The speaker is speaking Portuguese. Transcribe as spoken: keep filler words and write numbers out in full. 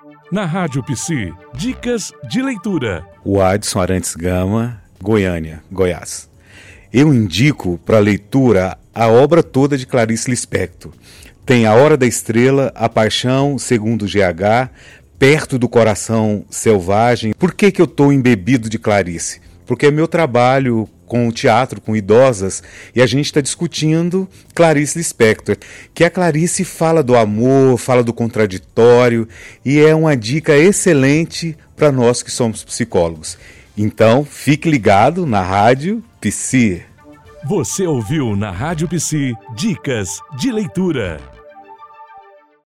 Na Rádio Psi, dicas de leitura. O Adson Arantes Gama, Goiânia, Goiás. Eu indico para leitura a obra toda de Clarice Lispector. Tem A Hora da Estrela, A Paixão, segundo G H, Perto do Coração Selvagem. Por que que eu estou embebido de Clarice? Porque é meu trabalho com o teatro, com idosas, e a gente está discutindo Clarice Lispector, que a Clarice fala do amor, fala do contraditório, e é uma dica excelente para nós que somos psicólogos. Então, fique ligado na Rádio Psi. Você ouviu na Rádio Psi Dicas de Leitura.